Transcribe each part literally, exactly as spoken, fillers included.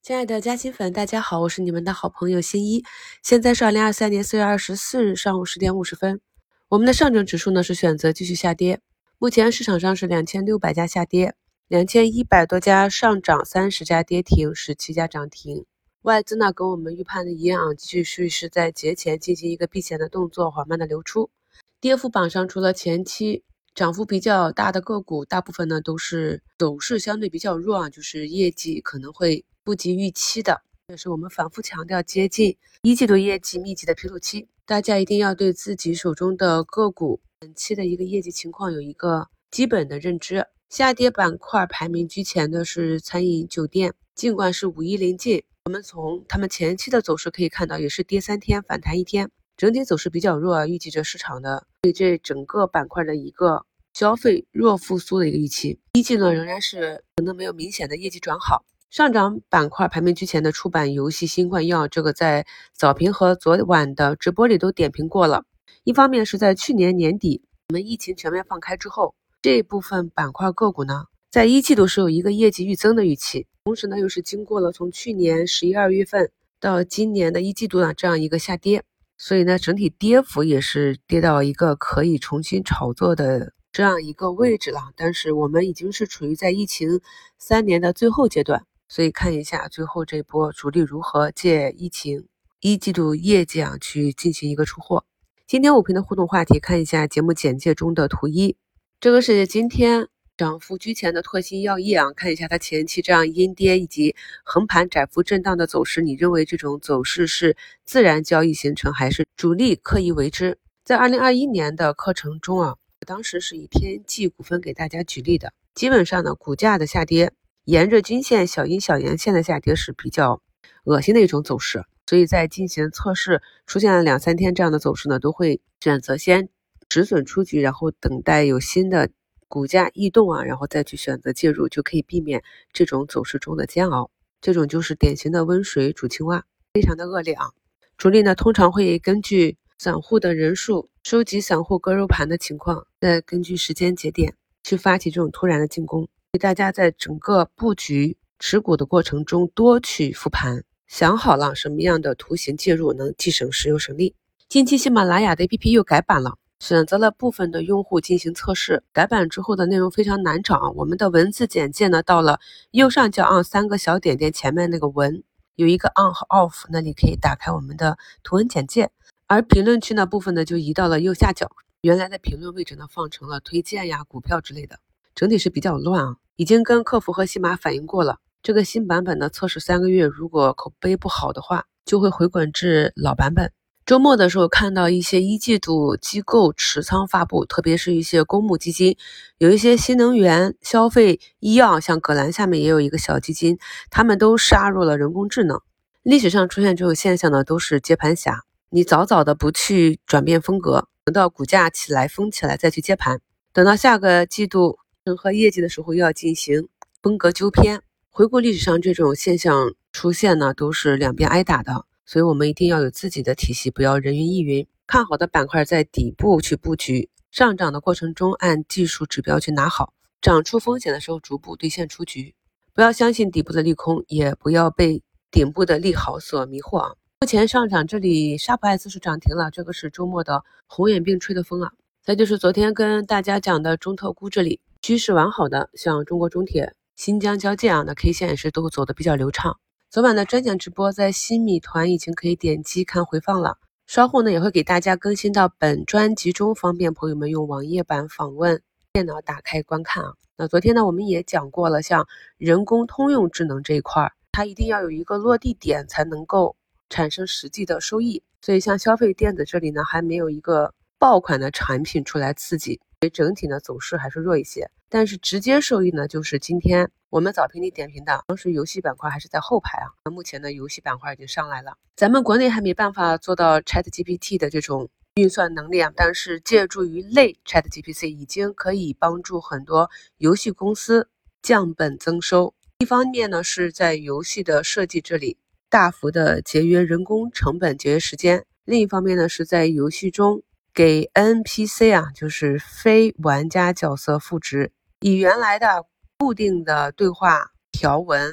亲爱的嘉兴粉，大家好，我是你们的好朋友新一。现在是二零二三年四月二十四日上午十点五十分。我们的上证指数呢是选择继续下跌，目前市场上是两千六百家下跌，两千一百多家上涨，三十家跌停，十七家涨停。外资呢跟我们预判的一样，继续是在节前进行一个避险的动作，缓慢的流出。跌幅榜上除了前期涨幅比较大的个股，大部分呢都是走势相对比较弱啊，就是业绩可能会不及预期的，这是我们反复强调接近一季度业绩密集的披露期，大家一定要对自己手中的个股本期的一个业绩情况有一个基本的认知。下跌板块排名居前的是餐饮酒店，尽管是五一临近，我们从他们前期的走势可以看到，也是跌三天反弹一天，整体走势比较弱，预计着市场的对这整个板块的一个消费弱复苏的一个预期。一季呢仍然是可能没有明显的业绩转好。上涨板块排名居前的出版、游戏、新冠药，这个在早评和昨晚的直播里都点评过了。一方面是在去年年底我们疫情全面放开之后，这部分板块个股呢在一季度是有一个业绩预增的预期，同时呢又是经过了从去年十一二月份到今年的一季度呢这样一个下跌，所以呢整体跌幅也是跌到一个可以重新炒作的这样一个位置了。但是我们已经是处于在疫情三年的最后阶段，所以看一下最后这波主力如何借疫情一季度业绩啊去进行一个出货。今天五评的互动话题，看一下节目简介中的图一，这个是今天涨幅居前的拓新药业啊，看一下它前期这样阴跌以及横盘窄幅震荡的走势，你认为这种走势是自然交易形成还是主力刻意为之？在二零二一年的课程中啊，当时是以天际股份给大家举例的，基本上呢股价的下跌沿着均线小阴小阳线的下跌是比较恶心的一种走势，所以在进行测试出现了两三天这样的走势呢，都会选择先止损出局，然后等待有新的股价异动啊，然后再去选择介入，就可以避免这种走势中的煎熬。这种就是典型的温水煮青蛙，非常的恶劣啊。主力呢通常会根据散户的人数、收集散户割肉盘的情况，再根据时间节点去发起这种突然的进攻。大家在整个布局持股的过程中多去复盘，想好了什么样的图形介入能既省时又省力。近期喜马拉雅的 A P P 又改版了，选择了部分的用户进行测试，改版之后的内容非常难找，我们的文字简介呢到了右上角按三个小点点前面那个文有一个 on 和 off， 那里可以打开我们的图文简介，而评论区呢部分呢就移到了右下角，原来的评论位置呢放成了推荐呀、股票之类的，整体是比较乱啊。已经跟客服和西马反映过了，这个新版本的测试三个月，如果口碑不好的话，就会回滚至老版本。周末的时候看到一些一季度机构持仓发布，特别是一些公募基金，有一些新能源、消费、医药，像葛兰下面也有一个小基金，他们都杀入了人工智能。历史上出现这种现象呢，都是接盘侠，你早早的不去转变风格，等到股价起来疯起来再去接盘，等到下个季度审核业绩的时候又要进行风格纠偏。回顾历史上这种现象出现呢，都是两边挨打的，所以我们一定要有自己的体系，不要人云亦云。看好的板块在底部去布局，上涨的过程中按技术指标去拿好，涨出风险的时候逐步兑现出局。不要相信底部的利空，也不要被顶部的利好所迷惑啊。目前上涨这里沙普爱思是涨停了，这个是周末的红眼并吹的风啊。再就是昨天跟大家讲的中特估，这里趋势完好的像中国中铁、新疆交建啊，那 K 线也是都走的比较流畅。昨晚的专享直播在新米团已经可以点击看回放了，稍后呢也会给大家更新到本专辑中，方便朋友们用网页版访问电脑打开观看啊。那昨天呢我们也讲过了，像人工通用智能这一块，它一定要有一个落地点才能够产生实际的收益，所以像消费电子这里呢还没有一个爆款的产品出来刺激，所以整体呢走势还是弱一些。但是直接受益呢就是今天我们早评里点评的，当时游戏板块还是在后排啊，目前的游戏板块已经上来了。咱们国内还没办法做到 ChatGPT 的这种运算能力啊，但是借助于类 ChatGPT 已经可以帮助很多游戏公司降本增收。一方面呢是在游戏的设计这里大幅的节约人工成本、节约时间，另一方面呢是在游戏中给 N P C 啊，就是非玩家角色赋值，以原来的固定的对话条文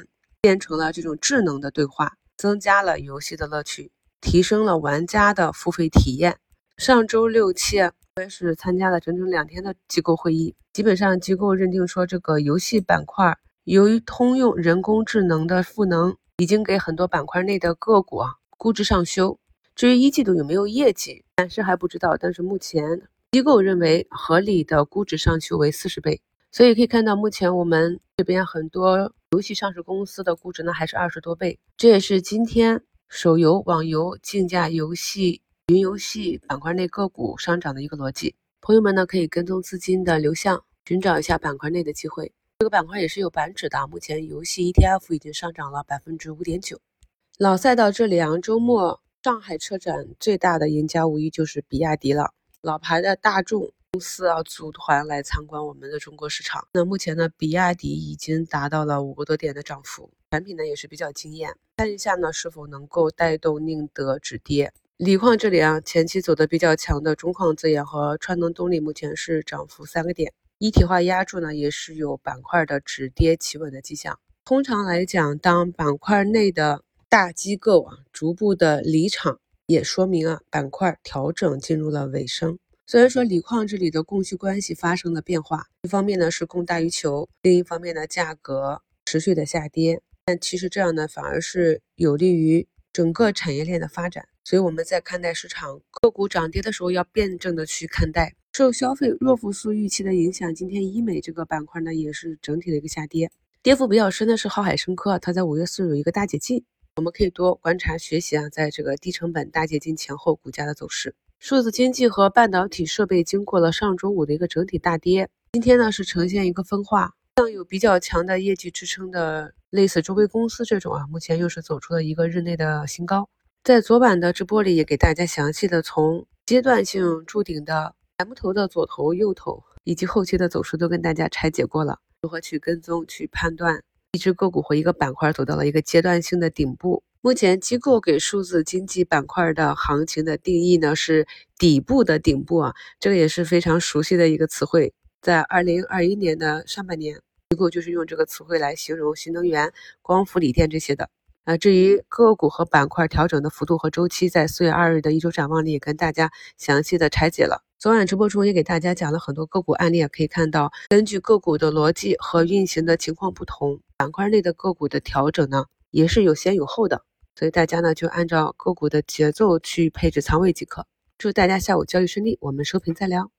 变成了这种智能的对话，增加了游戏的乐趣，提升了玩家的付费体验。上周六七我也是参加了整整两天的机构会议，基本上机构认定说这个游戏板块由于通用人工智能的赋能，已经给很多板块内的个股啊估值上修。至于一季度有没有业绩，暂时还不知道，但是目前机构认为合理的估值上修为四十倍。所以可以看到，目前我们这边很多游戏上市公司的估值呢还是二十多倍，这也是今天手游、网游、竞价游戏、云游戏板块内个股上涨的一个逻辑。朋友们呢可以跟踪资金的流向，寻找一下板块内的机会。这个板块也是有板指的，目前游戏 E T F 已经上涨了 百分之五点九。 老赛道这两周末上海车展最大的赢家无疑就是比亚迪了，老牌的大众公司要组团来参观我们的中国市场。那目前呢，比亚迪已经达到了五个多点的涨幅，产品呢也是比较惊艳，看一下呢是否能够带动宁德止跌。锂矿这里啊，前期走的比较强的中矿资源和川能动力目前是涨幅三个点，一体化压住呢也是有板块的止跌企稳的迹象。通常来讲，当板块内的大机构啊逐步的离场，也说明啊板块调整进入了尾声。虽然说锂矿这里的供需关系发生了变化，一方面呢是供大于求，另一方面呢价格持续的下跌，但其实这样呢反而是有利于整个产业链的发展。所以我们在看待市场个股涨跌的时候，要辩证的去看待。受消费弱复苏预期的影响，今天医美这个板块呢也是整体的一个下跌，跌幅比较深的是浩海生科，它在五月四日有一个大解禁，我们可以多观察学习啊，在这个低成本大解禁前后股价的走势。数字经济和半导体设备经过了上周五的一个整体大跌，今天呢是呈现一个分化，像有比较强的业绩支撑的类似周边公司这种啊，目前又是走出了一个日内的新高。在昨晚的直播里也给大家详细的从阶段性筑顶的 M 头的左头、右头以及后期的走势都跟大家拆解过了，如何去跟踪去判断一只个股或一个板块走到了一个阶段性的顶部。目前机构给数字经济板块的行情的定义呢是底部的顶部啊，这个也是非常熟悉的一个词汇，在二零二一年的上半年，机构就是用这个词汇来形容新能源、光伏、锂电这些的。啊，至于个股和板块调整的幅度和周期，在四月二日的一周展望里也跟大家详细的拆解了。昨晚直播中也给大家讲了很多个股案例，可以看到根据个股的逻辑和运行的情况不同，板块内的个股的调整呢也是有先有后的，所以大家呢就按照个股的节奏去配置仓位即可。祝大家下午交易顺利，我们收评再聊。